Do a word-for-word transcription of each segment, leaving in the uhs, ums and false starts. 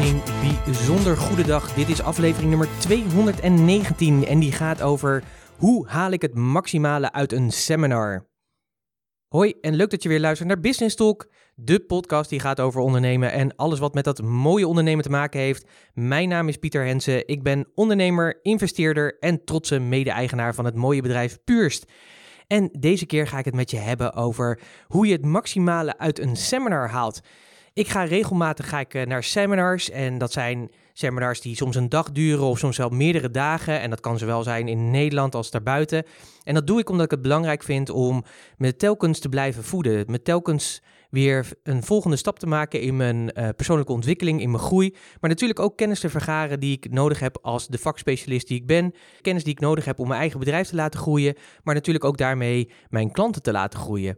Een bijzonder goede dag. Dit is aflevering nummer tweehonderdnegentien en die gaat over hoe haal ik het maximale uit een seminar. Hoi en leuk dat je weer luistert naar Business Talk, de podcast die gaat over ondernemen en alles wat met dat mooie ondernemen te maken heeft. Mijn naam is Pieter Hensen, ik ben ondernemer, investeerder en trotse mede-eigenaar van het mooie bedrijf Purst. En deze keer ga ik het met je hebben over hoe je het maximale uit een seminar haalt. Ik ga regelmatig ga ik naar seminars en dat zijn seminars die soms een dag duren of soms wel meerdere dagen. En dat kan zowel zijn in Nederland als daarbuiten. En dat doe ik omdat ik het belangrijk vind om me telkens te blijven voeden. Me telkens weer een volgende stap te maken in mijn uh, persoonlijke ontwikkeling, in mijn groei. Maar natuurlijk ook kennis te vergaren die ik nodig heb als de vakspecialist die ik ben. Kennis die ik nodig heb om mijn eigen bedrijf te laten groeien. Maar natuurlijk ook daarmee mijn klanten te laten groeien.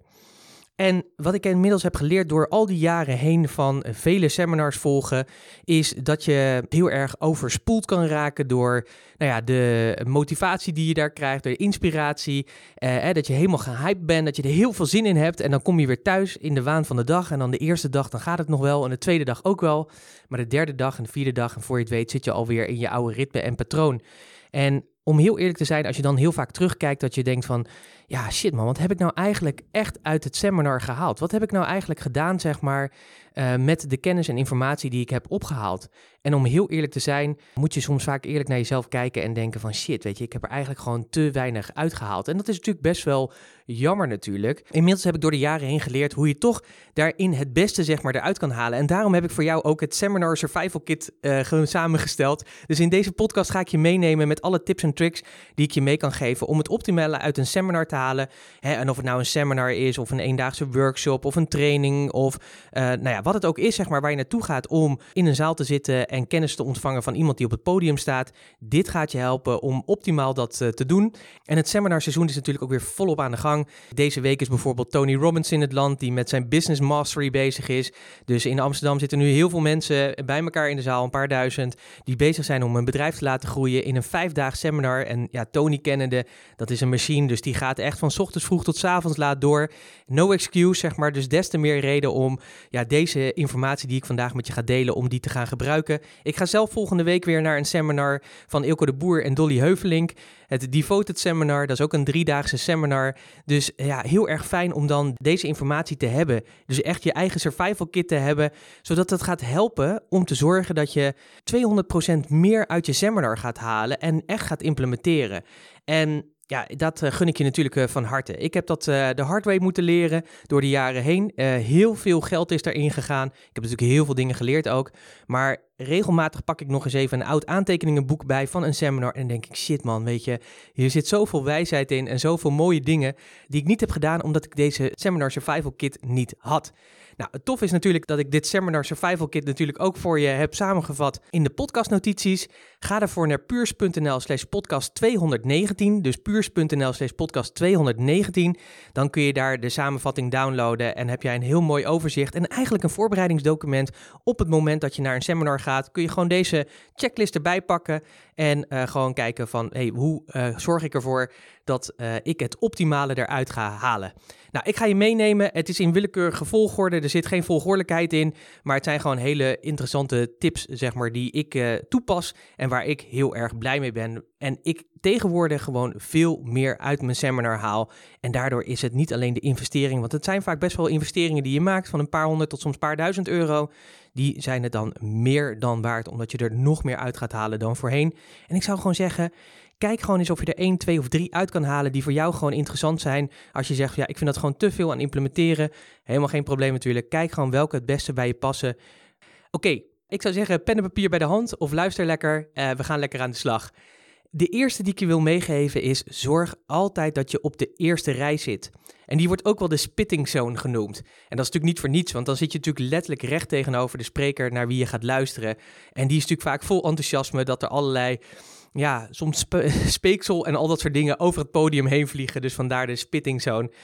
En wat ik inmiddels heb geleerd door al die jaren heen van vele seminars volgen, is dat je heel erg overspoeld kan raken door nou ja, de motivatie die je daar krijgt, door de inspiratie, eh, dat je helemaal gehyped bent, dat je er heel veel zin in hebt en dan kom je weer thuis in de waan van de dag en dan de eerste dag dan gaat het nog wel en de tweede dag ook wel, maar de derde dag en de vierde dag en voor je het weet zit je alweer in je oude ritme en patroon. En om heel eerlijk te zijn, als je dan heel vaak terugkijkt, dat je denkt van, ja shit man, wat heb ik nou eigenlijk echt uit het seminar gehaald? Wat heb ik nou eigenlijk gedaan, zeg maar, uh, met de kennis en informatie die ik heb opgehaald? En om heel eerlijk te zijn, moet je soms vaak eerlijk naar jezelf kijken en denken van shit, weet je, ik heb er eigenlijk gewoon te weinig uitgehaald. En dat is natuurlijk best wel jammer natuurlijk. Inmiddels heb ik door de jaren heen geleerd hoe je toch daarin het beste, zeg maar, eruit kan halen. En daarom heb ik voor jou ook het Seminar Survival Kit uh, gewoon samengesteld. Dus in deze podcast ga ik je meenemen met alle tips en tricks die ik je mee kan geven om het optimale uit een seminar te halen. Hè, en of het nou een seminar is of een eendaagse workshop of een training of uh, nou ja, wat het ook is, zeg maar, waar je naartoe gaat om in een zaal te zitten en kennis te ontvangen van iemand die op het podium staat. Dit gaat je helpen om optimaal dat uh, te doen. En het seminarseizoen is natuurlijk ook weer volop aan de gang. Deze week is bijvoorbeeld Tony Robbins in het land die met zijn Business Mastery bezig is. Dus in Amsterdam zitten nu heel veel mensen bij elkaar in de zaal, een paar duizend, die bezig zijn om een bedrijf te laten groeien in een vijfdaags seminar. En ja, Tony kennende, dat is een machine, dus die gaat echt van 's ochtends vroeg tot 's avonds laat door. No excuse, zeg maar, dus des te meer reden om ja, deze informatie die ik vandaag met je ga delen, om die te gaan gebruiken. Ik ga zelf volgende week weer naar een seminar van Ilko de Boer en Dolly Heuvelink. Het Devoted Seminar, dat is ook een driedaagse seminar. Dus ja, heel erg fijn om dan deze informatie te hebben. Dus echt je eigen survival kit te hebben, zodat het gaat helpen om te zorgen dat je tweehonderd procent meer uit je seminar gaat halen en echt gaat implementeren. En ja, dat uh, gun ik je natuurlijk uh, van harte. Ik heb dat uh, de hard way moeten leren door de jaren heen. Uh, heel veel geld is daarin gegaan. Ik heb natuurlijk heel veel dingen geleerd ook. Maar regelmatig pak ik nog eens even een oud aantekeningenboek bij van een seminar. En dan denk ik, shit man, weet je, hier zit zoveel wijsheid in en zoveel mooie dingen die ik niet heb gedaan omdat ik deze Seminar Survival Kit niet had. Nou, het tof is natuurlijk dat ik dit Seminar Survival Kit natuurlijk ook voor je heb samengevat in de podcastnotities. Ga daarvoor naar puurs.nl slash podcast 219, dus puurs.nl slash podcast 219. Dan kun je daar de samenvatting downloaden en heb jij een heel mooi overzicht en eigenlijk een voorbereidingsdocument. Op het moment dat je naar een seminar gaat, kun je gewoon deze checklist erbij pakken en uh, gewoon kijken van, hey, hoe uh, zorg ik ervoor dat uh, ik het optimale eruit ga halen. Nou, ik ga je meenemen. Het is in willekeurige volgorde. Er zit geen volgordelijkheid in. Maar het zijn gewoon hele interessante tips, zeg maar, die ik uh, toepas en waar ik heel erg blij mee ben. En ik tegenwoordig gewoon veel meer uit mijn seminar haal. En daardoor is het niet alleen de investering, want het zijn vaak best wel investeringen die je maakt van een paar honderd tot soms een paar duizend euro. Die zijn het dan meer dan waard, omdat je er nog meer uit gaat halen dan voorheen. En ik zou gewoon zeggen, kijk gewoon eens of je er één, twee of drie uit kan halen die voor jou gewoon interessant zijn. Als je zegt, ja, ik vind dat gewoon te veel aan implementeren. Helemaal geen probleem natuurlijk. Kijk gewoon welke het beste bij je passen. Oké, okay, ik zou zeggen, pen en papier bij de hand of luister lekker. Uh, we gaan lekker aan de slag. De eerste die ik je wil meegeven is, zorg altijd dat je op de eerste rij zit. En die wordt ook wel de spitting zone genoemd. En dat is natuurlijk niet voor niets, want dan zit je natuurlijk letterlijk recht tegenover de spreker naar wie je gaat luisteren. En die is natuurlijk vaak vol enthousiasme dat er allerlei, ja, soms spe- speeksel en al dat soort dingen over het podium heen vliegen. Dus vandaar de spitting zone.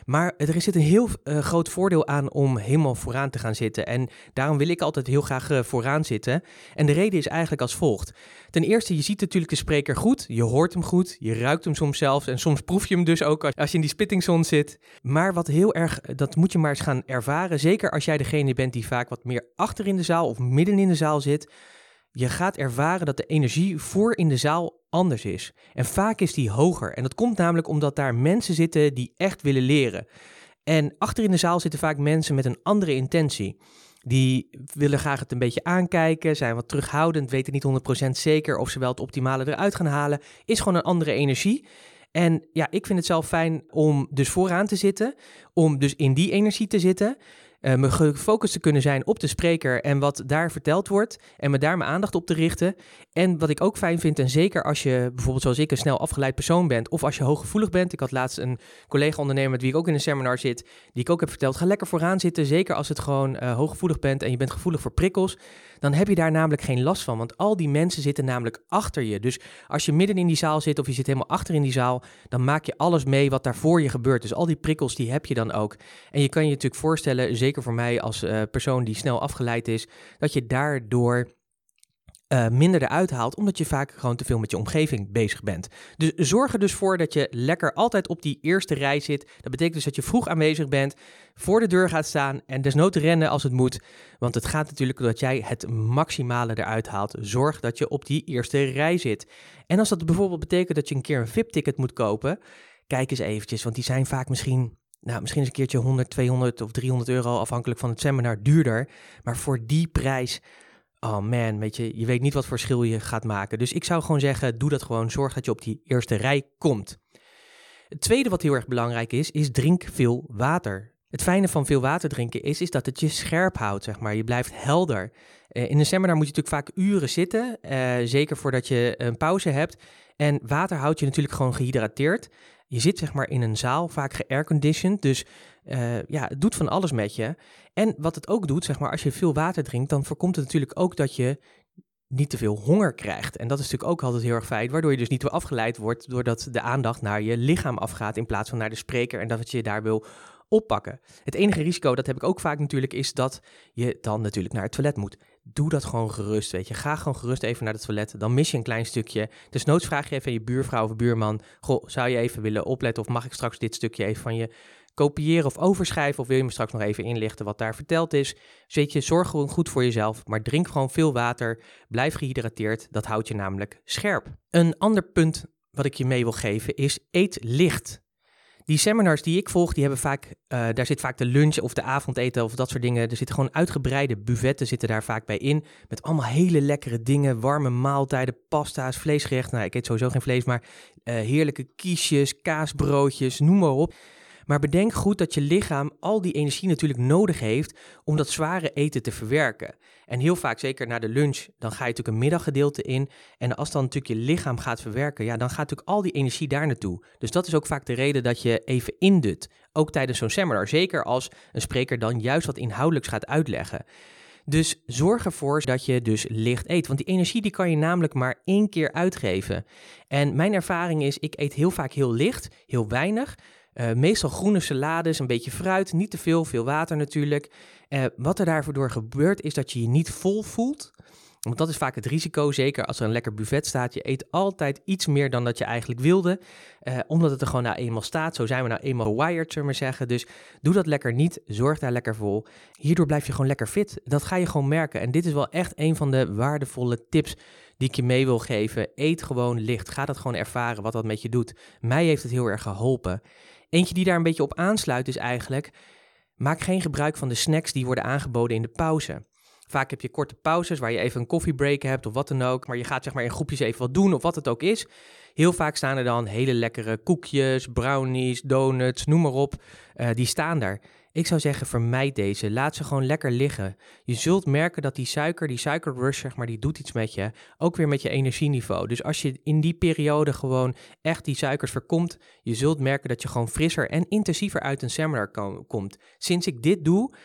Maar er zit een heel uh, groot voordeel aan om helemaal vooraan te gaan zitten. En daarom wil ik altijd heel graag uh, vooraan zitten. En de reden is eigenlijk als volgt. Ten eerste, je ziet natuurlijk de spreker goed. Je hoort hem goed. Je ruikt hem soms zelfs. En soms proef je hem dus ook als je in die spittingzone zit. Maar wat heel erg, dat moet je maar eens gaan ervaren. Zeker als jij degene bent die vaak wat meer achter in de zaal of midden in de zaal zit. Je gaat ervaren dat de energie voor in de zaal anders is. En vaak is die hoger. En dat komt namelijk omdat daar mensen zitten die echt willen leren. En achter in de zaal zitten vaak mensen met een andere intentie. Die willen graag het een beetje aankijken, zijn wat terughoudend, weten niet honderd procent zeker of ze wel het optimale eruit gaan halen. Is gewoon een andere energie. En ja, ik vind het zelf fijn om dus vooraan te zitten, om dus in die energie te zitten. Uh, me gefocust te kunnen zijn op de spreker en wat daar verteld wordt en me daar mijn aandacht op te richten. En wat ik ook fijn vind, en zeker als je bijvoorbeeld zoals ik een snel afgeleid persoon bent of als je hooggevoelig bent. Ik had laatst een collega-ondernemer met wie ik ook in een seminar zit, die ik ook heb verteld, ga lekker vooraan zitten, zeker als het gewoon uh, hooggevoelig bent en je bent gevoelig voor prikkels. Dan heb je daar namelijk geen last van, want al die mensen zitten namelijk achter je. Dus als je midden in die zaal zit of je zit helemaal achter in die zaal, dan maak je alles mee wat daar voor je gebeurt. Dus al die prikkels, die heb je dan ook. En je kan je natuurlijk voorstellen, zeker voor mij als uh, persoon die snel afgeleid is, dat je daardoor uh, minder eruit haalt, omdat je vaak gewoon te veel met je omgeving bezig bent. Dus zorg er dus voor dat je lekker altijd op die eerste rij zit. Dat betekent dus dat je vroeg aanwezig bent, voor de deur gaat staan en desnoods rennen als het moet. Want het gaat natuurlijk dat jij het maximale eruit haalt. Zorg dat je op die eerste rij zit. En als dat bijvoorbeeld betekent dat je een keer een V I P-ticket moet kopen, kijk eens eventjes, want die zijn vaak misschien... Nou, misschien is een keertje honderd, tweehonderd of driehonderd euro afhankelijk van het seminar duurder. Maar voor die prijs, oh man, weet je, je weet niet wat voor verschil je gaat maken. Dus ik zou gewoon zeggen, doe dat gewoon. Zorg dat je op die eerste rij komt. Het tweede wat heel erg belangrijk is, is drink veel water. Het fijne van veel water drinken is, is dat het je scherp houdt, zeg maar. Je blijft helder. Uh, in een seminar moet je natuurlijk vaak uren zitten, uh, zeker voordat je een pauze hebt. En water houdt je natuurlijk gewoon gehydrateerd. Je zit zeg maar in een zaal, vaak ge-airconditioned, dus uh, ja, het doet van alles met je. En wat het ook doet, zeg maar, als je veel water drinkt, dan voorkomt het natuurlijk ook dat je niet te veel honger krijgt. En dat is natuurlijk ook altijd heel erg fijn, waardoor je dus niet weer afgeleid wordt, doordat de aandacht naar je lichaam afgaat in plaats van naar de spreker en dat je daar wil oppakken. Het enige risico, dat heb ik ook vaak natuurlijk, is dat je dan natuurlijk naar het toilet moet. Doe dat gewoon gerust, weet je. Ga gewoon gerust even naar het toilet. Dan mis je een klein stukje. Dus noods vraag je even aan je buurvrouw of buurman, goh, zou je even willen opletten of mag ik straks dit stukje even van je kopiëren of overschrijven of wil je me straks nog even inlichten wat daar verteld is. Dus weet je, zorg gewoon goed voor jezelf, maar drink gewoon veel water. Blijf gehydrateerd, dat houdt je namelijk scherp. Een ander punt wat ik je mee wil geven is, eet licht. Die seminars die ik volg, die hebben vaak, uh, daar zit vaak de lunch of de avondeten of dat soort dingen. Er zitten gewoon uitgebreide buffetten zitten daar vaak bij in. Met allemaal hele lekkere dingen, warme maaltijden, pasta's, vleesgerechten. Nou, ik eet sowieso geen vlees, maar uh, heerlijke kiesjes, kaasbroodjes, noem maar op. Maar bedenk goed dat je lichaam al die energie natuurlijk nodig heeft om dat zware eten te verwerken. En heel vaak, zeker na de lunch, dan ga je natuurlijk een middaggedeelte in. En als dan natuurlijk je lichaam gaat verwerken, ja, dan gaat natuurlijk al die energie daar naartoe. Dus dat is ook vaak de reden dat je even indut. Ook tijdens zo'n seminar. Zeker als een spreker dan juist wat inhoudelijks gaat uitleggen. Dus zorg ervoor dat je dus licht eet. Want die energie die kan je namelijk maar één keer uitgeven. En mijn ervaring is, ik eet heel vaak heel licht, heel weinig. Uh, meestal groene salades, een beetje fruit, niet te veel, veel water natuurlijk. Uh, wat er daarvoor gebeurt is dat je je niet vol voelt. Want dat is vaak het risico, zeker als er een lekker buffet staat. Je eet altijd iets meer dan dat je eigenlijk wilde. Uh, omdat het er gewoon nou eenmaal staat. Zo zijn we nou eenmaal wired, zullen we maar zeggen. Dus doe dat lekker niet. Zorg daar lekker vol. Hierdoor blijf je gewoon lekker fit. Dat ga je gewoon merken. En dit is wel echt een van de waardevolle tips die ik je mee wil geven. Eet gewoon licht. Ga dat gewoon ervaren wat dat met je doet. Mij heeft het heel erg geholpen. Eentje die daar een beetje op aansluit is eigenlijk, maak geen gebruik van de snacks die worden aangeboden in de pauze. Vaak heb je korte pauzes waar je even een koffiebreak hebt of wat dan ook, maar je gaat zeg maar in groepjes even wat doen of wat het ook is. Heel vaak staan er dan hele lekkere koekjes, brownies, donuts, noem maar op, uh, die staan daar. Ik zou zeggen, vermijd deze. Laat ze gewoon lekker liggen. Je zult merken dat die suiker, die suikerrush, zeg maar, die doet iets met je. Ook weer met je energieniveau. Dus als je in die periode gewoon echt die suikers voorkomt, je zult merken dat je gewoon frisser en intensiever uit een seminar kom- komt. Sinds ik dit doe,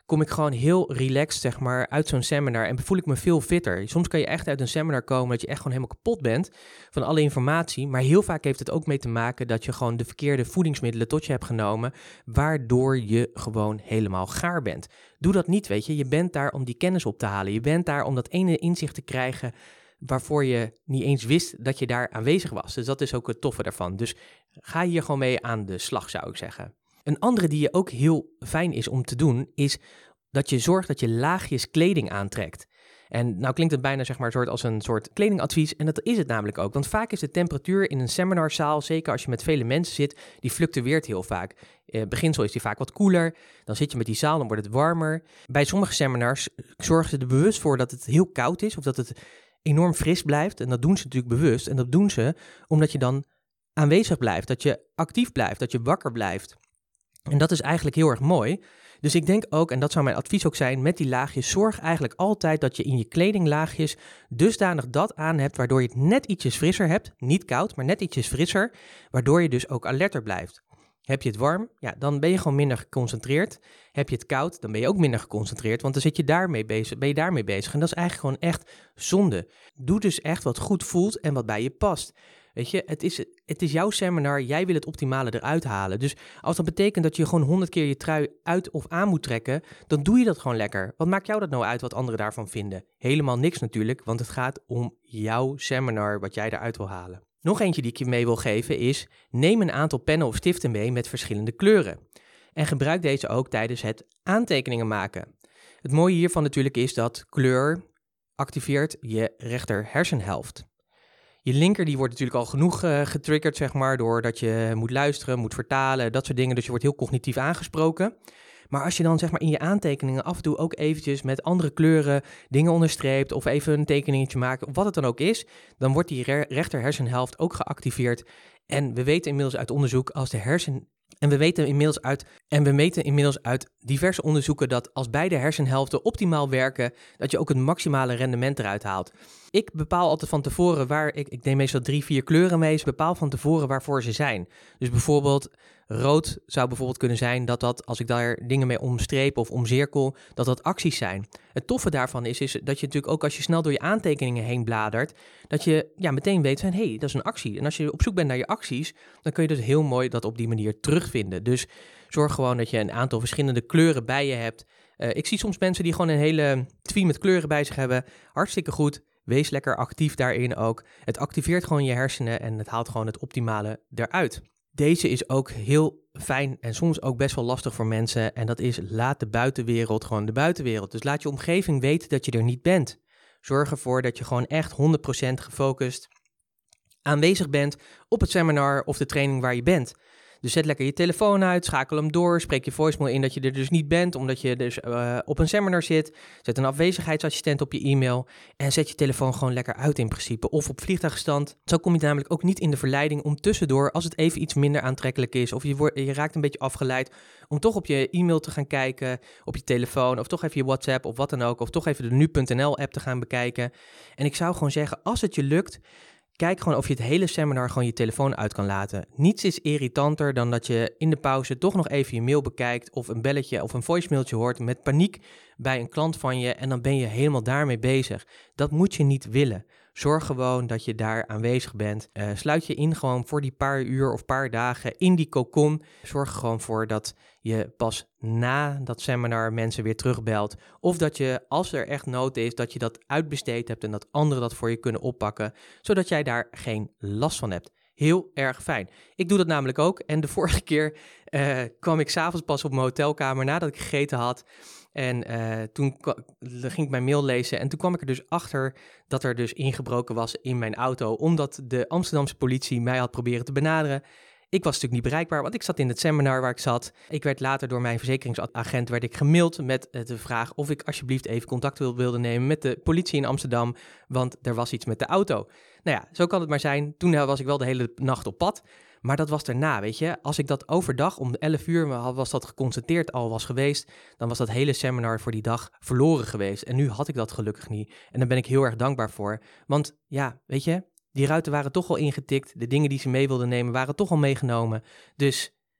kom ik gewoon heel relaxed, zeg maar, uit zo'n seminar en voel ik me veel fitter. Soms kan je echt uit een seminar komen dat je echt gewoon helemaal kapot bent van alle informatie, maar heel vaak heeft het ook mee te maken dat je gewoon de verkeerde voedingsmiddelen tot je hebt genomen, waardoor je gewoon helemaal gaar bent. Doe dat niet, weet je. Je bent daar om die kennis op te halen. Je bent daar om dat ene inzicht te krijgen waarvoor je niet eens wist dat je daar aanwezig was. Dus dat is ook het toffe daarvan. Dus ga hier gewoon mee aan de slag, zou ik zeggen. Een andere die je ook heel fijn is om te doen, is dat je zorgt dat je laagjes kleding aantrekt. En nou klinkt het bijna zeg maar soort als een soort kledingadvies en dat is het namelijk ook. Want vaak is de temperatuur in een seminarzaal, zeker als je met vele mensen zit, die fluctueert heel vaak. In het beginsel is die vaak wat koeler, dan zit je met die zaal, dan wordt het warmer. Bij sommige seminars zorgen ze er bewust voor dat het heel koud is of dat het enorm fris blijft. En dat doen ze natuurlijk bewust en dat doen ze omdat je dan aanwezig blijft, dat je actief blijft, dat je wakker blijft. En dat is eigenlijk heel erg mooi. Dus ik denk ook, en dat zou mijn advies ook zijn, met die laagjes, zorg eigenlijk altijd dat je in je kledinglaagjes dusdanig dat aan hebt, waardoor je het net ietsjes frisser hebt. Niet koud, maar net ietsjes frisser, waardoor je dus ook alerter blijft. Heb je het warm, ja, dan ben je gewoon minder geconcentreerd. Heb je het koud, dan ben je ook minder geconcentreerd, want dan zit je daarmee bezig, ben je daarmee bezig. En dat is eigenlijk gewoon echt zonde. Doe dus echt wat goed voelt en wat bij je past. Weet je, het is, het is jouw seminar, jij wil het optimale eruit halen. Dus als dat betekent dat je gewoon honderd keer je trui uit of aan moet trekken, dan doe je dat gewoon lekker. Wat maakt jou dat nou uit wat anderen daarvan vinden? Helemaal niks natuurlijk, want het gaat om jouw seminar, wat jij eruit wil halen. Nog eentje die ik je mee wil geven is, neem een aantal pennen of stiften mee met verschillende kleuren. En gebruik deze ook tijdens het aantekeningen maken. Het mooie hiervan natuurlijk is dat kleur activeert je rechter hersenhelft. Je linker die wordt natuurlijk al genoeg uh, getriggerd, zeg maar, doordat je moet luisteren, moet vertalen, dat soort dingen. Dus je wordt heel cognitief aangesproken. Maar als je dan zeg maar in je aantekeningen af en toe ook eventjes met andere kleuren dingen onderstreept of even een tekeningetje maakt, of wat het dan ook is, dan wordt die re- rechter hersenhelft ook geactiveerd. En we weten inmiddels uit onderzoek als de hersen En we weten inmiddels uit, en we meten inmiddels uit diverse onderzoeken dat als beide hersenhelften optimaal werken, dat je ook het maximale rendement eruit haalt. Ik bepaal altijd van tevoren waar, ik, ik neem meestal drie, vier kleuren mee, dus bepaal van tevoren waarvoor ze zijn. Dus bijvoorbeeld rood zou bijvoorbeeld kunnen zijn dat dat, als ik daar dingen mee omstreep of omcirkel, dat dat acties zijn. Het toffe daarvan is, is dat je natuurlijk ook als je snel door je aantekeningen heen bladert, dat je ja, meteen weet van, hé, hey, dat is een actie. En als je op zoek bent naar je acties, dan kun je dus heel mooi dat op die manier terugvinden. Dus zorg gewoon dat je een aantal verschillende kleuren bij je hebt. Uh, ik zie soms mensen die gewoon een hele twee met kleuren bij zich hebben. Hartstikke goed. Wees lekker actief daarin ook. Het activeert gewoon je hersenen en het haalt gewoon het optimale eruit. Deze is ook heel fijn en soms ook best wel lastig voor mensen. En dat is, laat de buitenwereld gewoon de buitenwereld. Dus laat je omgeving weten dat je er niet bent. Zorg ervoor dat je gewoon echt honderd procent gefocust aanwezig bent op het seminar of de training waar je bent. Dus zet lekker je telefoon uit, schakel hem door, spreek je voicemail in dat je er dus niet bent, omdat je dus uh, op een seminar zit. Zet een afwezigheidsassistent op je e-mail en zet je telefoon gewoon lekker uit in principe. Of op vliegtuigstand. Zo kom je namelijk ook niet in de verleiding om tussendoor, als het even iets minder aantrekkelijk is, of je, wordt, je raakt een beetje afgeleid, om toch op je e-mail te gaan kijken, op je telefoon, of toch even je WhatsApp of wat dan ook, of toch even de nu punt n l app te gaan bekijken. En ik zou gewoon zeggen, als het je lukt, kijk gewoon of je het hele seminar gewoon je telefoon uit kan laten. Niets is irritanter dan dat je in de pauze toch nog even je mail bekijkt of een belletje of een voicemailtje hoort met paniek bij een klant van je en dan ben je helemaal daarmee bezig. Dat moet je niet willen. Zorg gewoon dat je daar aanwezig bent. Uh, sluit je in gewoon voor die paar uur of paar dagen in die cocon. Zorg er gewoon voor dat je pas na dat seminar mensen weer terugbelt. Of dat je, als er echt nood is, dat je dat uitbesteed hebt en dat anderen dat voor je kunnen oppakken. Zodat jij daar geen last van hebt. Heel erg fijn. Ik doe dat namelijk ook. En de vorige keer uh, kwam ik 's avonds pas op mijn hotelkamer nadat ik gegeten had. En uh, toen k- ging ik mijn mail lezen en toen kwam ik er dus achter dat er dus ingebroken was in mijn auto. Omdat de Amsterdamse politie mij had proberen te benaderen. Ik was natuurlijk niet bereikbaar, want ik zat in het seminar waar ik zat. Ik werd later door mijn verzekeringsagent werd ik gemaild met de vraag of ik alsjeblieft even contact wilde nemen met de politie in Amsterdam, want er was iets met de auto. Nou ja, zo kan het maar zijn. Toen was ik wel de hele nacht op pad, maar dat was daarna, weet je. Als ik dat overdag om elf uur was dat geconstateerd al was geweest, dan was dat hele seminar voor die dag verloren geweest. En nu had ik dat gelukkig niet. En daar ben ik heel erg dankbaar voor, want ja, weet je, die ruiten waren toch al ingetikt. De dingen die ze mee wilden nemen waren toch al meegenomen. Dus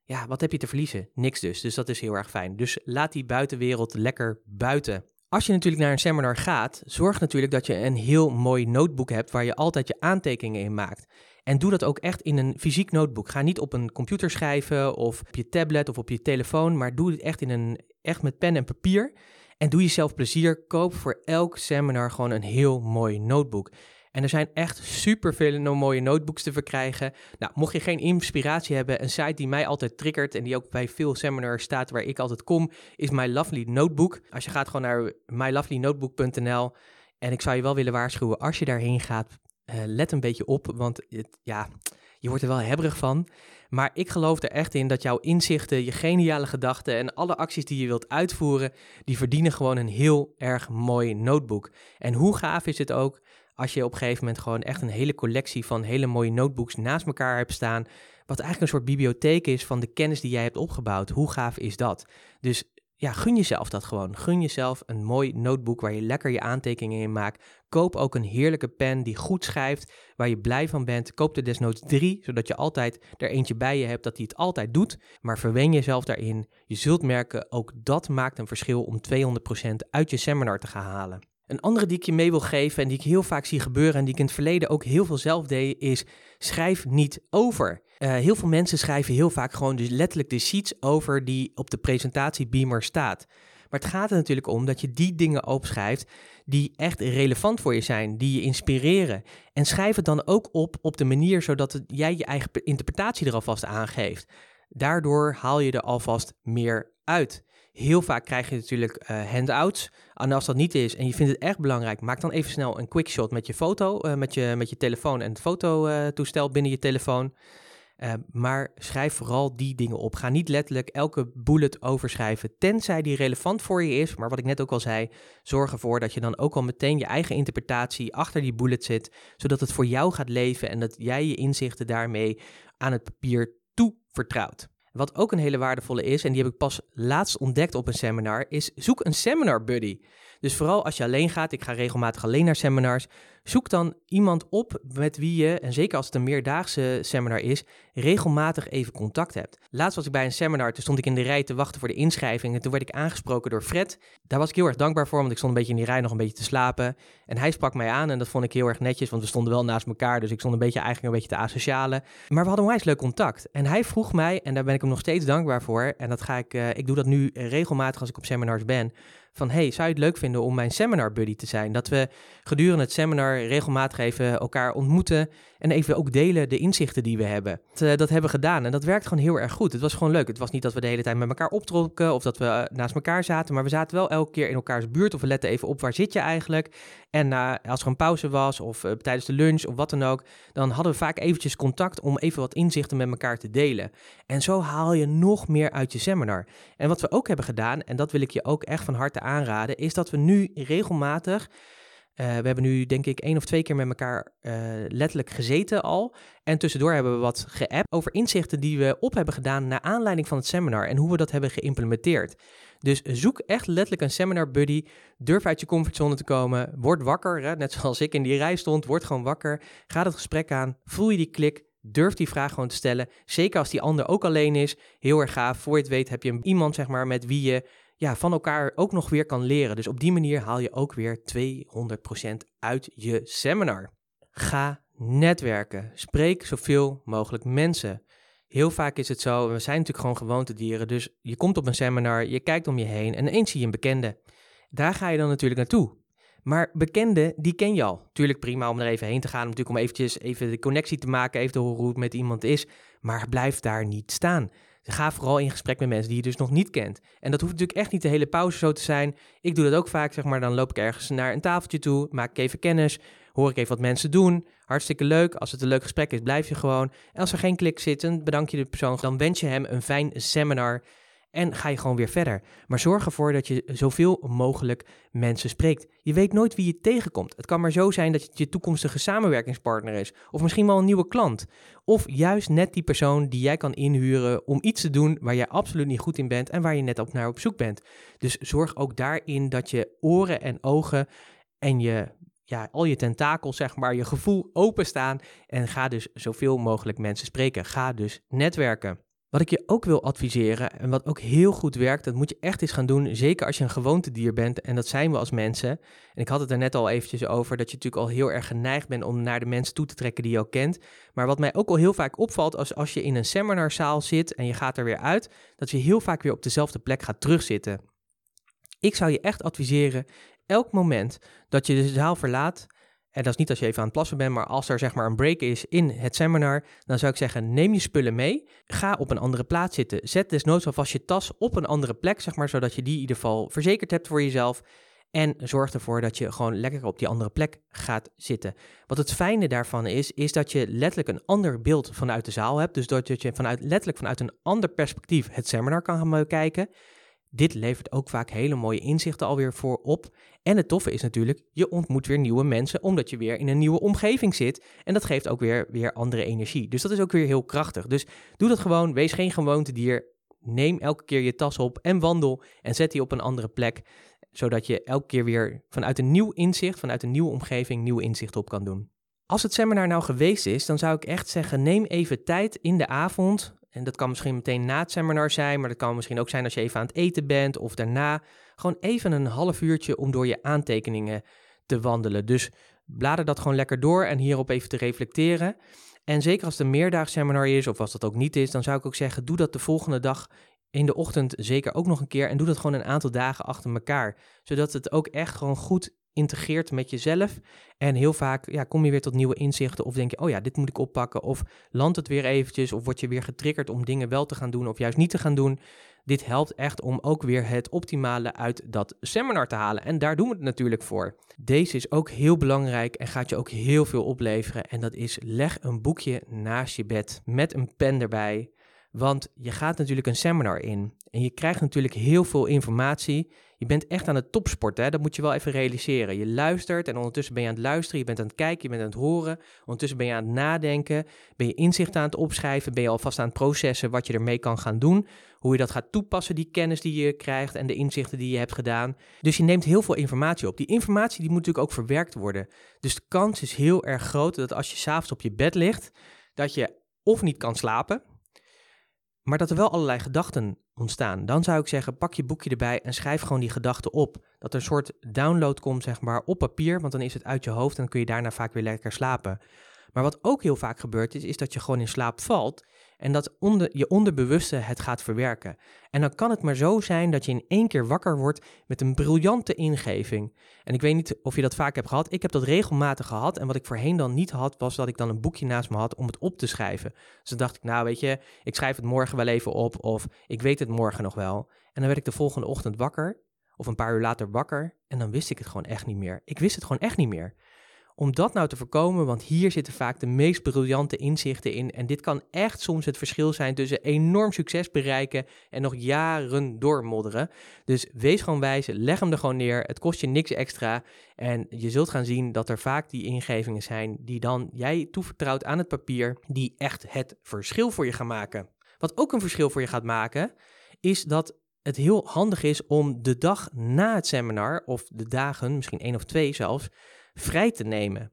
ja, wat heb je te verliezen? Niks dus. Dus dat is heel erg fijn. Dus laat die buitenwereld lekker buiten. Als je natuurlijk naar een seminar gaat, zorg natuurlijk dat je een heel mooi notebook hebt waar je altijd je aantekeningen in maakt. En doe dat ook echt in een fysiek notebook. Ga niet op een computer schrijven of op je tablet of op je telefoon, maar doe het echt, in een, echt met pen en papier. En doe jezelf plezier. Koop voor elk seminar gewoon een heel mooi notebook. En er zijn echt superveel mooie notebooks te verkrijgen. Nou, mocht je geen inspiratie hebben, een site die mij altijd triggert en die ook bij veel seminars staat waar ik altijd kom, is My Lovely Notebook. Als je gaat gewoon naar my lovely notebook punt n l en ik zou je wel willen waarschuwen, als je daarheen gaat, uh, let een beetje op, want het, ja, je wordt er wel hebberig van. Maar ik geloof er echt in dat jouw inzichten, je geniale gedachten en alle acties die je wilt uitvoeren, die verdienen gewoon een heel erg mooi notebook. En hoe gaaf is het ook als je op een gegeven moment gewoon echt een hele collectie van hele mooie notebooks naast elkaar hebt staan, wat eigenlijk een soort bibliotheek is van de kennis die jij hebt opgebouwd. Hoe gaaf is dat? Dus ja, gun jezelf dat gewoon. Gun jezelf een mooi notebook waar je lekker je aantekeningen in maakt. Koop ook een heerlijke pen die goed schrijft, waar je blij van bent. Koop er desnoods drie, zodat je altijd er eentje bij je hebt dat die het altijd doet. Maar verwen jezelf daarin. Je zult merken, ook dat maakt een verschil om tweehonderd procent uit je seminar te gaan halen. Een andere die ik je mee wil geven en die ik heel vaak zie gebeuren en die ik in het verleden ook heel veel zelf deed, is schrijf niet over. Uh, heel veel mensen schrijven heel vaak gewoon dus letterlijk de sheets over die op de presentatiebeamer staat. Maar het gaat er natuurlijk om dat je die dingen opschrijft die echt relevant voor je zijn, die je inspireren. En schrijf het dan ook op op de manier zodat het, jij je eigen interpretatie er alvast aangeeft. Daardoor haal je er alvast meer uit. Heel vaak krijg je natuurlijk uh, handouts. En als dat niet is en je vindt het echt belangrijk, maak dan even snel een quick shot met je foto, uh, met, je, met je telefoon en het fototoestel uh, binnen je telefoon. Uh, maar schrijf vooral die dingen op. Ga niet letterlijk elke bullet overschrijven, tenzij die relevant voor je is. Maar wat ik net ook al zei, zorg ervoor dat je dan ook al meteen je eigen interpretatie achter die bullet zit, zodat het voor jou gaat leven en dat jij je inzichten daarmee aan het papier toevertrouwt. Wat ook een hele waardevolle is, en die heb ik pas laatst ontdekt op een seminar, is zoek een seminar buddy. Dus vooral als je alleen gaat, ik ga regelmatig alleen naar seminars, zoek dan iemand op met wie je, en zeker als het een meerdaagse seminar is, regelmatig even contact hebt. Laatst was ik bij een seminar, toen stond ik in de rij te wachten voor de inschrijving en toen werd ik aangesproken door Fred. Daar was ik heel erg dankbaar voor, want ik stond een beetje in die rij nog een beetje te slapen. En hij sprak mij aan en dat vond ik heel erg netjes, want we stonden wel naast elkaar, dus ik stond een beetje eigenlijk een beetje te asocialen. Maar we hadden onwijs leuk contact. En hij vroeg mij, en daar ben ik hem nog steeds dankbaar voor, en dat ga ik, uh, ik doe dat nu regelmatig als ik op seminars ben, van hey, zou je het leuk vinden om mijn seminar buddy te zijn? Dat we gedurende het seminar regelmatig even elkaar ontmoeten en even ook delen de inzichten die we hebben. Dat, uh, dat hebben we gedaan en dat werkt gewoon heel erg goed. Het was gewoon leuk. Het was niet dat we de hele tijd met elkaar optrokken of dat we uh, naast elkaar zaten, maar we zaten wel elke keer in elkaars buurt of we letten even op waar zit je eigenlijk. En uh, als er een pauze was of uh, tijdens de lunch of wat dan ook, dan hadden we vaak eventjes contact om even wat inzichten met elkaar te delen. En zo haal je nog meer uit je seminar. En wat we ook hebben gedaan, en dat wil ik je ook echt van harte aanraden, is dat we nu regelmatig, uh, we hebben nu denk ik één of twee keer met elkaar uh, letterlijk gezeten al. En tussendoor hebben we wat geappt over inzichten die we op hebben gedaan naar aanleiding van het seminar en hoe we dat hebben geïmplementeerd. Dus zoek echt letterlijk een seminar buddy, durf uit je comfortzone te komen, word wakker, hè? Net zoals ik in die rij stond, word gewoon wakker, ga het gesprek aan, voel je die klik, durf die vraag gewoon te stellen, zeker als die ander ook alleen is, heel erg gaaf, voor je het weet heb je iemand zeg maar met wie je ja, van elkaar ook nog weer kan leren. Dus op die manier haal je ook weer tweehonderd procent uit je seminar. Ga netwerken, spreek zoveel mogelijk mensen. Heel vaak is het zo, we zijn natuurlijk gewoon gewoontedieren, dus je komt op een seminar, je kijkt om je heen en ineens zie je een bekende. Daar ga je dan natuurlijk naartoe. Maar bekenden, die ken je al. Tuurlijk prima om er even heen te gaan, natuurlijk om eventjes even de connectie te maken, even te horen hoe het met iemand is, maar blijf daar niet staan. Ga vooral in gesprek met mensen die je dus nog niet kent. En dat hoeft natuurlijk echt niet de hele pauze zo te zijn. Ik doe dat ook vaak, zeg maar, dan loop ik ergens naar een tafeltje toe, maak ik even kennis, hoor ik even wat mensen doen. Hartstikke leuk. Als het een leuk gesprek is, blijf je gewoon. En als er geen klik zit, dan bedank je de persoon. Dan wens je hem een fijn seminar en ga je gewoon weer verder. Maar zorg ervoor dat je zoveel mogelijk mensen spreekt. Je weet nooit wie je tegenkomt. Het kan maar zo zijn dat het je toekomstige samenwerkingspartner is. Of misschien wel een nieuwe klant. Of juist net die persoon die jij kan inhuren om iets te doen waar jij absoluut niet goed in bent en waar je net op naar op zoek bent. Dus zorg ook daarin dat je oren en ogen en je, ja, al je tentakels, zeg maar, je gevoel openstaan en ga dus zoveel mogelijk mensen spreken. Ga dus netwerken. Wat ik je ook wil adviseren en wat ook heel goed werkt, dat moet je echt eens gaan doen, zeker als je een gewoontedier bent en dat zijn we als mensen. En ik had het er net al eventjes over dat je natuurlijk al heel erg geneigd bent om naar de mensen toe te trekken die je ook kent. Maar wat mij ook al heel vaak opvalt als, als je in een seminarzaal zit en je gaat er weer uit, dat je heel vaak weer op dezelfde plek gaat terugzitten. Ik zou je echt adviseren, elk moment dat je de zaal verlaat, en dat is niet als je even aan het plassen bent, maar als er zeg maar een break is in het seminar, dan zou ik zeggen, neem je spullen mee, ga op een andere plaats zitten. Zet desnoods alvast je tas op een andere plek, zeg maar, zodat je die in ieder geval verzekerd hebt voor jezelf. En zorg ervoor dat je gewoon lekker op die andere plek gaat zitten. Wat het fijne daarvan is, is dat je letterlijk een ander beeld vanuit de zaal hebt. Dus dat je vanuit, letterlijk vanuit een ander perspectief het seminar kan gaan bekijken. Dit levert ook vaak hele mooie inzichten alweer voor op. En het toffe is natuurlijk, je ontmoet weer nieuwe mensen, omdat je weer in een nieuwe omgeving zit. En dat geeft ook weer, weer andere energie. Dus dat is ook weer heel krachtig. Dus doe dat gewoon, wees geen gewoontedier. Neem elke keer je tas op en wandel en zet die op een andere plek. Zodat je elke keer weer vanuit een nieuw inzicht, vanuit een nieuwe omgeving, nieuw inzicht op kan doen. Als het seminar nou geweest is, dan zou ik echt zeggen, neem even tijd in de avond. En dat kan misschien meteen na het seminar zijn, maar dat kan misschien ook zijn als je even aan het eten bent of daarna. Gewoon even een half uurtje om door je aantekeningen te wandelen. Dus blader dat gewoon lekker door en hierop even te reflecteren. En zeker als het een meerdaags seminar is of als dat ook niet is, dan zou ik ook zeggen, doe dat de volgende dag in de ochtend zeker ook nog een keer. En doe dat gewoon een aantal dagen achter elkaar. Zodat het ook echt gewoon goed integreert met jezelf. En heel vaak ja, kom je weer tot nieuwe inzichten of denk je, oh ja, dit moet ik oppakken. Of landt het weer eventjes of word je weer getriggerd om dingen wel te gaan doen of juist niet te gaan doen. Dit helpt echt om ook weer het optimale uit dat seminar te halen. En daar doen we het natuurlijk voor. Deze is ook heel belangrijk en gaat je ook heel veel opleveren. En dat is, leg een boekje naast je bed met een pen erbij. Want je gaat natuurlijk een seminar in en je krijgt natuurlijk heel veel informatie. Je bent echt aan het topsporten, hè? Dat moet je wel even realiseren. Je luistert en ondertussen ben je aan het luisteren, je bent aan het kijken, je bent aan het horen. Ondertussen ben je aan het nadenken, ben je inzichten aan het opschrijven, ben je alvast aan het processen wat je ermee kan gaan doen. Hoe je dat gaat toepassen, die kennis die je krijgt en de inzichten die je hebt gedaan. Dus je neemt heel veel informatie op. Die informatie die moet natuurlijk ook verwerkt worden. Dus de kans is heel erg groot dat als je 's avonds op je bed ligt, dat je of niet kan slapen, maar dat er wel allerlei gedachten ontstaan. Dan zou ik zeggen, pak je boekje erbij en schrijf gewoon die gedachten op. Dat er een soort download komt, zeg maar, op papier, want dan is het uit je hoofd en dan kun je daarna vaak weer lekker slapen. Maar wat ook heel vaak gebeurt is, is dat je gewoon in slaap valt en dat onder, je onderbewuste het gaat verwerken. En dan kan het maar zo zijn dat je in één keer wakker wordt met een briljante ingeving. En ik weet niet of je dat vaak hebt gehad. Ik heb dat regelmatig gehad en wat ik voorheen dan niet had, was dat ik dan een boekje naast me had om het op te schrijven. Dus dan dacht ik, nou weet je, ik schrijf het morgen wel even op of ik weet het morgen nog wel. En dan werd ik de volgende ochtend wakker of een paar uur later wakker en dan wist ik het gewoon echt niet meer. Ik wist het gewoon echt niet meer. Om dat nou te voorkomen, want hier zitten vaak de meest briljante inzichten in. En dit kan echt soms het verschil zijn tussen enorm succes bereiken en nog jaren doormodderen. Dus wees gewoon wijs, leg hem er gewoon neer. Het kost je niks extra. En je zult gaan zien dat er vaak die ingevingen zijn die dan jij toevertrouwt aan het papier, die echt het verschil voor je gaan maken. Wat ook een verschil voor je gaat maken, is dat het heel handig is om de dag na het seminar, of de dagen, misschien één of twee zelfs, vrij te nemen.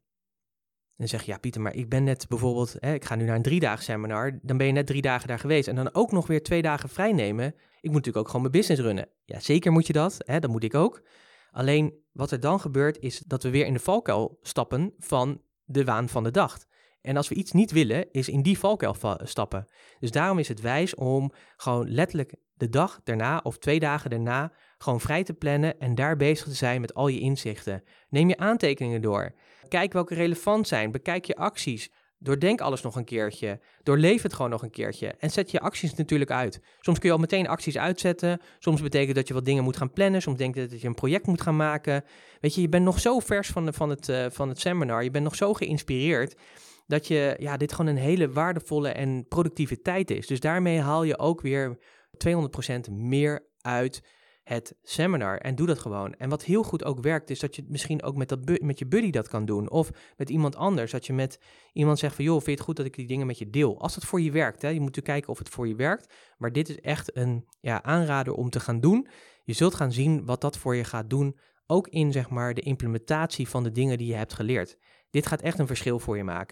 En zeg je, ja Pieter, maar ik ben net bijvoorbeeld, hè, ik ga nu naar een driedaags seminar, dan ben je net drie dagen daar geweest en dan ook nog weer twee dagen vrij nemen. Ik moet natuurlijk ook gewoon mijn business runnen. Ja, zeker moet je dat, hè, dat moet ik ook. Alleen wat er dan gebeurt is dat we weer in de valkuil stappen van de waan van de dag. En als we iets niet willen, is in die valkuil va- stappen. Dus daarom is het wijs om gewoon letterlijk de dag daarna of twee dagen daarna gewoon vrij te plannen en daar bezig te zijn met al je inzichten. Neem je aantekeningen door. Kijk welke relevant zijn. Bekijk je acties. Doordenk alles nog een keertje. Doorleef het gewoon nog een keertje. En zet je acties natuurlijk uit. Soms kun je al meteen acties uitzetten. Soms betekent dat je wat dingen moet gaan plannen. Soms denk je dat je een project moet gaan maken. Weet je, je bent nog zo vers van, de, van, het, uh, van het seminar. Je bent nog zo geïnspireerd dat je, ja, dit gewoon een hele waardevolle en productieve tijd is. Dus daarmee haal je ook weer tweehonderd procent meer uit het seminar. En doe dat gewoon. En wat heel goed ook werkt, is dat je misschien ook met, dat bu- met je buddy dat kan doen. Of met iemand anders. Dat je met iemand zegt van, joh, vind je het goed dat ik die dingen met je deel? Als het voor je werkt, hè. Je moet natuurlijk kijken of het voor je werkt. Maar dit is echt een ja, aanrader om te gaan doen. Je zult gaan zien wat dat voor je gaat doen. Ook in, zeg maar, de implementatie van de dingen die je hebt geleerd. Dit gaat echt een verschil voor je maken.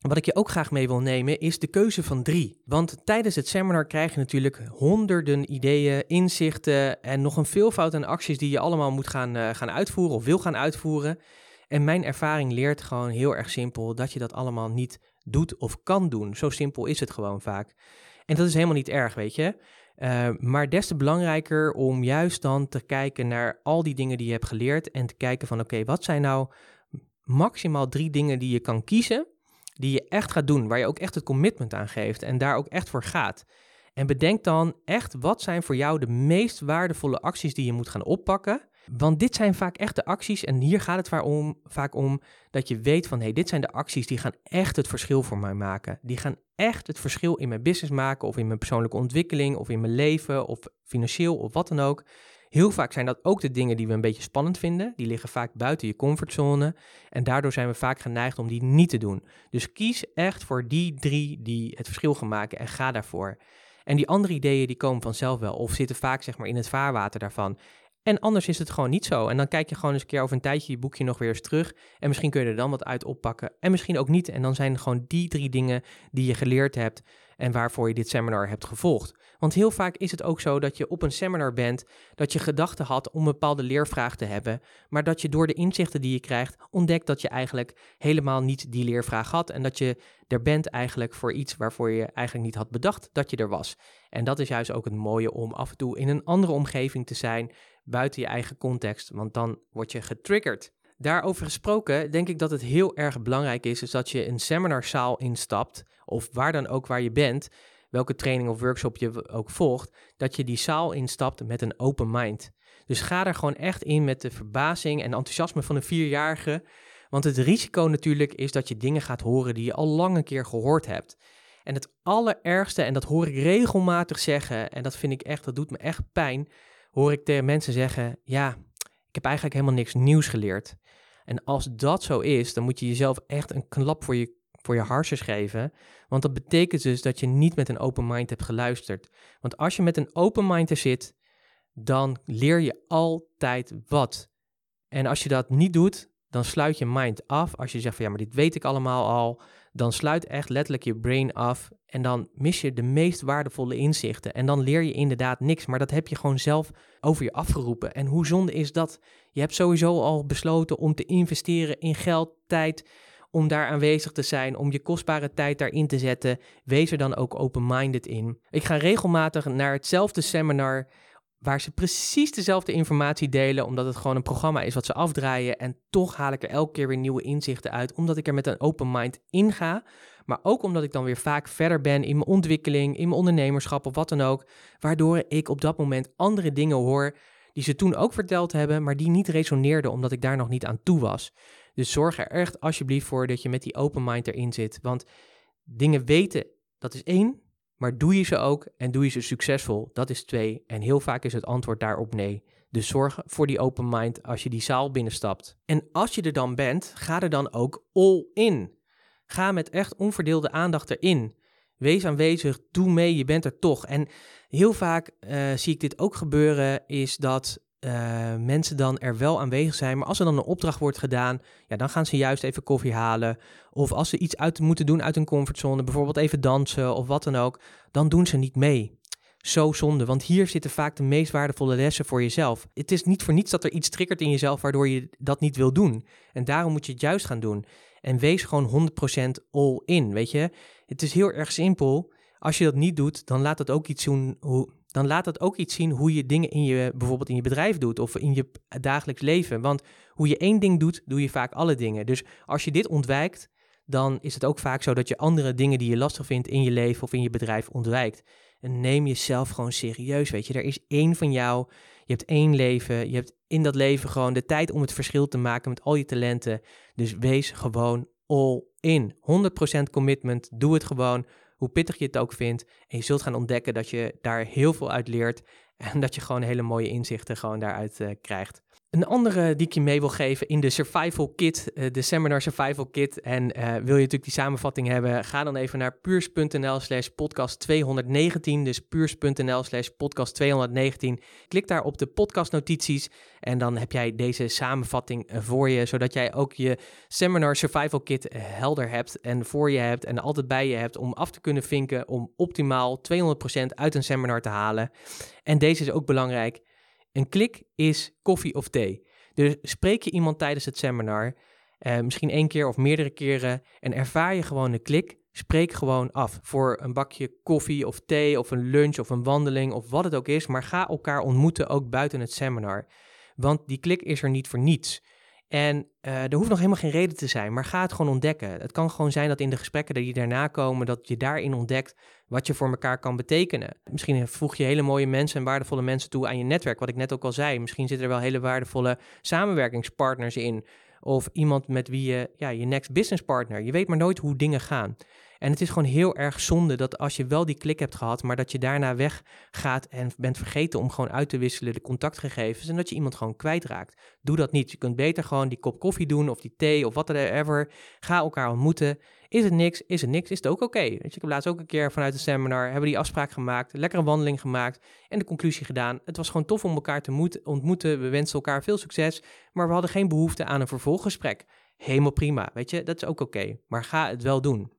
Wat ik je ook graag mee wil nemen is de keuze van drie. Want tijdens het seminar krijg je natuurlijk honderden ideeën, inzichten en nog een veelvoud aan acties die je allemaal moet gaan, uh, gaan uitvoeren of wil gaan uitvoeren. En mijn ervaring leert gewoon heel erg simpel dat je dat allemaal niet doet of kan doen. Zo simpel is het gewoon vaak. En dat is helemaal niet erg, weet je. Uh, maar des te belangrijker om juist dan te kijken naar al die dingen die je hebt geleerd en te kijken van oké, okay, wat zijn nou maximaal drie dingen die je kan kiezen, die je echt gaat doen, waar je ook echt het commitment aan geeft en daar ook echt voor gaat. En bedenk dan echt wat zijn voor jou de meest waardevolle acties die je moet gaan oppakken. Want dit zijn vaak echt de acties en hier gaat het waarom, vaak om dat je weet van hé, hey, dit zijn de acties die gaan echt het verschil voor mij maken. Die gaan echt het verschil in mijn business maken of in mijn persoonlijke ontwikkeling of in mijn leven of financieel of wat dan ook. Heel vaak zijn dat ook de dingen die we een beetje spannend vinden. Die liggen vaak buiten je comfortzone en daardoor zijn we vaak geneigd om die niet te doen. Dus kies echt voor die drie die het verschil gaan maken en ga daarvoor. En die andere ideeën die komen vanzelf wel of zitten vaak zeg maar in het vaarwater daarvan. En anders is het gewoon niet zo. En dan kijk je gewoon eens een keer over een tijdje je boekje nog weer eens terug. En misschien kun je er dan wat uit oppakken. En misschien ook niet. En dan zijn het gewoon die drie dingen die je geleerd hebt en waarvoor je dit seminar hebt gevolgd. Want heel vaak is het ook zo dat je op een seminar bent, dat je gedachten had om een bepaalde leervraag te hebben, maar dat je door de inzichten die je krijgt ontdekt dat je eigenlijk helemaal niet die leervraag had en dat je er bent eigenlijk voor iets waarvoor je eigenlijk niet had bedacht dat je er was. En dat is juist ook het mooie om af en toe in een andere omgeving te zijn, buiten je eigen context, want dan word je getriggerd. Daarover gesproken denk ik dat het heel erg belangrijk is, is dat je een seminarzaal instapt, of waar dan ook waar je bent, welke training of workshop je ook volgt, dat je die zaal instapt met een open mind. Dus ga er gewoon echt in met de verbazing en enthousiasme van een vierjarige, want het risico natuurlijk is dat je dingen gaat horen die je al lang een keer gehoord hebt. En het allerergste, en dat hoor ik regelmatig zeggen, en dat vind ik echt, dat doet me echt pijn, hoor ik tegen mensen zeggen, ja, ik heb eigenlijk helemaal niks nieuws geleerd. En als dat zo is, dan moet je jezelf echt een klap voor je, voor je harsjes geven. Want dat betekent dus dat je niet met een open mind hebt geluisterd. Want als je met een open mind er zit, dan leer je altijd wat. En als je dat niet doet, dan sluit je mind af. Als je zegt van ja, maar dit weet ik allemaal al, dan sluit echt letterlijk je brain af en dan mis je de meest waardevolle inzichten. En dan leer je inderdaad niks, maar dat heb je gewoon zelf over je afgeroepen. En hoe zonde is dat? Je hebt sowieso al besloten om te investeren in geld, tijd, om daar aanwezig te zijn, om je kostbare tijd daarin te zetten. Wees er dan ook open-minded in. Ik ga regelmatig naar hetzelfde seminar waar ze precies dezelfde informatie delen, omdat het gewoon een programma is wat ze afdraaien. En toch haal ik er elke keer weer nieuwe inzichten uit, omdat ik er met een open mind in ga. Maar ook omdat ik dan weer vaak verder ben in mijn ontwikkeling, in mijn ondernemerschap of wat dan ook. Waardoor ik op dat moment andere dingen hoor die ze toen ook verteld hebben, maar die niet resoneerden, omdat ik daar nog niet aan toe was. Dus zorg er echt alsjeblieft voor dat je met die open mind erin zit. Want dingen weten, dat is één. Maar doe je ze ook en doe je ze succesvol? Dat is twee. En heel vaak is het antwoord daarop nee. Dus zorg voor die open mind als je die zaal binnenstapt. En als je er dan bent, ga er dan ook all in. Ga met echt onverdeelde aandacht erin. Wees aanwezig, doe mee, je bent er toch. En heel vaak uh, zie ik dit ook gebeuren, is dat uh, mensen dan er wel aanwezig zijn, maar als er dan een opdracht wordt gedaan, ja, dan gaan ze juist even koffie halen. Of als ze iets uit moeten doen uit hun comfortzone, bijvoorbeeld even dansen of wat dan ook, dan doen ze niet mee. Zo zonde, want hier zitten vaak de meest waardevolle lessen voor jezelf. Het is niet voor niets dat er iets triggert in jezelf waardoor je dat niet wil doen. En daarom moet je het juist gaan doen. En wees gewoon honderd procent all in, weet je. Het is heel erg simpel. Als je dat niet doet, dan laat dat ook iets zien hoe, dan laat dat ook iets zien hoe je dingen in je, bijvoorbeeld in je bedrijf doet of in je dagelijks leven. Want hoe je één ding doet, doe je vaak alle dingen. Dus als je dit ontwijkt, dan is het ook vaak zo dat je andere dingen die je lastig vindt in je leven of in je bedrijf ontwijkt. En neem jezelf gewoon serieus, weet je. Er is één van jou, je hebt één leven, je hebt in dat leven gewoon de tijd om het verschil te maken met al je talenten. Dus wees gewoon all in. honderd procent commitment, doe het gewoon, hoe pittig je het ook vindt. En je zult gaan ontdekken dat je daar heel veel uit leert en dat je gewoon hele mooie inzichten gewoon daaruit uh, krijgt. Een andere die ik je mee wil geven in de Survival Kit, uh, de Seminar Survival Kit. En uh, wil je natuurlijk die samenvatting hebben, ga dan even naar puurs.nl slash podcast 219. Dus puurs.nl slash podcast 219. Klik daar op de podcastnotities en dan heb jij deze samenvatting voor je, zodat jij ook je Seminar Survival Kit helder hebt en voor je hebt en altijd bij je hebt om af te kunnen vinken om optimaal tweehonderd procent uit een seminar te halen. En deze is ook belangrijk. Een klik is koffie of thee. Dus spreek je iemand tijdens het seminar, eh, misschien één keer of meerdere keren, en ervaar je gewoon een klik, spreek gewoon af voor een bakje koffie of thee of een lunch of een wandeling of wat het ook is, maar ga elkaar ontmoeten ook buiten het seminar. Want die klik is er niet voor niets. En uh, er hoeft nog helemaal geen reden te zijn, maar ga het gewoon ontdekken. Het kan gewoon zijn dat in de gesprekken die daarna komen, dat je daarin ontdekt wat je voor elkaar kan betekenen. Misschien voeg je hele mooie mensen en waardevolle mensen toe aan je netwerk, wat ik net ook al zei. Misschien zitten er wel hele waardevolle samenwerkingspartners in. Of iemand met wie je, ja, je next business partner. Je weet maar nooit hoe dingen gaan. En het is gewoon heel erg zonde dat als je wel die klik hebt gehad, maar dat je daarna weggaat en bent vergeten om gewoon uit te wisselen de contactgegevens en dat je iemand gewoon kwijtraakt. Doe dat niet. Je kunt beter gewoon die kop koffie doen of die thee of whatever. Ga elkaar ontmoeten. Is het niks? Is het niks? Is het ook oké? Okay? Weet je, ik heb laatst ook een keer vanuit het seminar, hebben die afspraak gemaakt, lekker een wandeling gemaakt en de conclusie gedaan. Het was gewoon tof om elkaar te ontmoeten. We wensen elkaar veel succes, maar we hadden geen behoefte aan een vervolggesprek. Helemaal prima, weet je, dat is ook oké. Okay. Maar ga het wel doen.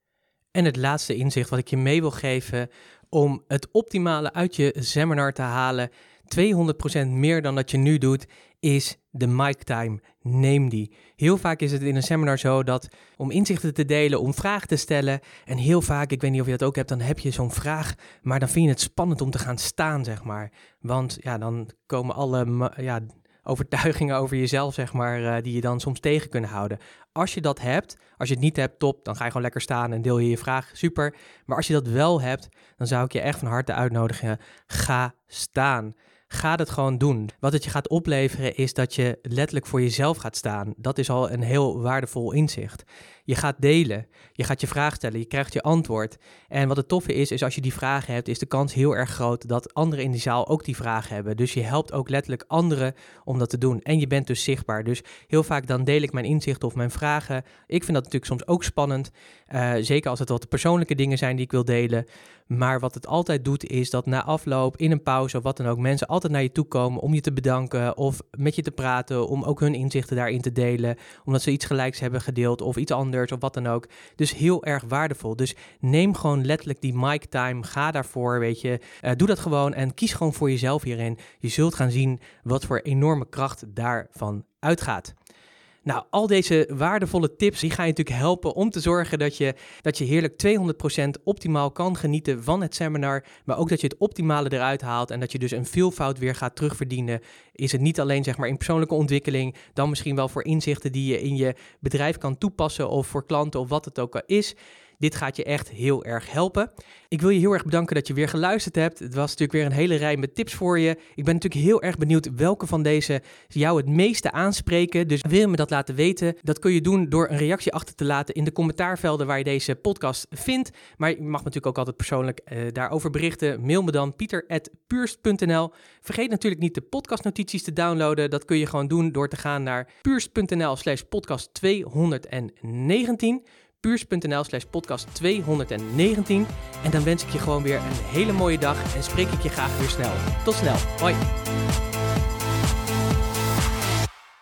En het laatste inzicht wat ik je mee wil geven om het optimale uit je seminar te halen, tweehonderd procent meer dan dat je nu doet, is de mic time. Neem die. Heel vaak is het in een seminar zo dat om inzichten te delen, om vragen te stellen, en heel vaak, ik weet niet of je dat ook hebt, dan heb je zo'n vraag, maar dan vind je het spannend om te gaan staan, zeg maar. Want ja, dan komen alle ja, overtuigingen over jezelf, zeg maar, uh, die je dan soms tegen kunnen houden. Als je dat hebt, als je het niet hebt, top, dan ga je gewoon lekker staan en deel je je vraag, super. Maar als je dat wel hebt, dan zou ik je echt van harte uitnodigen, ga staan. Ga het gewoon doen. Wat het je gaat opleveren is dat je letterlijk voor jezelf gaat staan. Dat is al een heel waardevol inzicht. Je gaat delen, je gaat je vraag stellen, je krijgt je antwoord. En wat het toffe is, is als je die vragen hebt, is de kans heel erg groot dat anderen in die zaal ook die vragen hebben. Dus je helpt ook letterlijk anderen om dat te doen. En je bent dus zichtbaar. Dus heel vaak dan deel ik mijn inzichten of mijn vragen. Ik vind dat natuurlijk soms ook spannend. Uh, zeker als het wat persoonlijke dingen zijn die ik wil delen. Maar wat het altijd doet, is dat na afloop, in een pauze of wat dan ook, mensen altijd naar je toe komen om je te bedanken of met je te praten, om ook hun inzichten daarin te delen, omdat ze iets gelijks hebben gedeeld of iets anders of wat dan ook. Dus heel erg waardevol. Dus neem gewoon letterlijk die mic time, ga daarvoor, weet je. Uh, doe dat gewoon en kies gewoon voor jezelf hierin. Je zult gaan zien wat voor enorme kracht daarvan uitgaat. Nou, al deze waardevolle tips, die gaan je natuurlijk helpen om te zorgen dat je, dat je heerlijk tweehonderd procent optimaal kan genieten van het seminar, maar ook dat je het optimale eruit haalt en dat je dus een veelvoud weer gaat terugverdienen. Is het niet alleen zeg maar in persoonlijke ontwikkeling, dan misschien wel voor inzichten die je in je bedrijf kan toepassen of voor klanten of wat het ook al is. Dit gaat je echt heel erg helpen. Ik wil je heel erg bedanken dat je weer geluisterd hebt. Het was natuurlijk weer een hele rij met tips voor je. Ik ben natuurlijk heel erg benieuwd welke van deze jou het meeste aanspreken. Dus wil je me dat laten weten? Dat kun je doen door een reactie achter te laten in de commentaarvelden waar je deze podcast vindt. Maar je mag natuurlijk ook altijd persoonlijk uh, daarover berichten. Mail me dan pieter at puurs punt n l. Vergeet natuurlijk niet de podcastnotities te downloaden. Dat kun je gewoon doen door te gaan naar puurs.nl slash podcast 219. puurs.nl slash podcast 219. En dan wens ik je gewoon weer een hele mooie dag en spreek ik je graag weer snel. Tot snel. Hoi.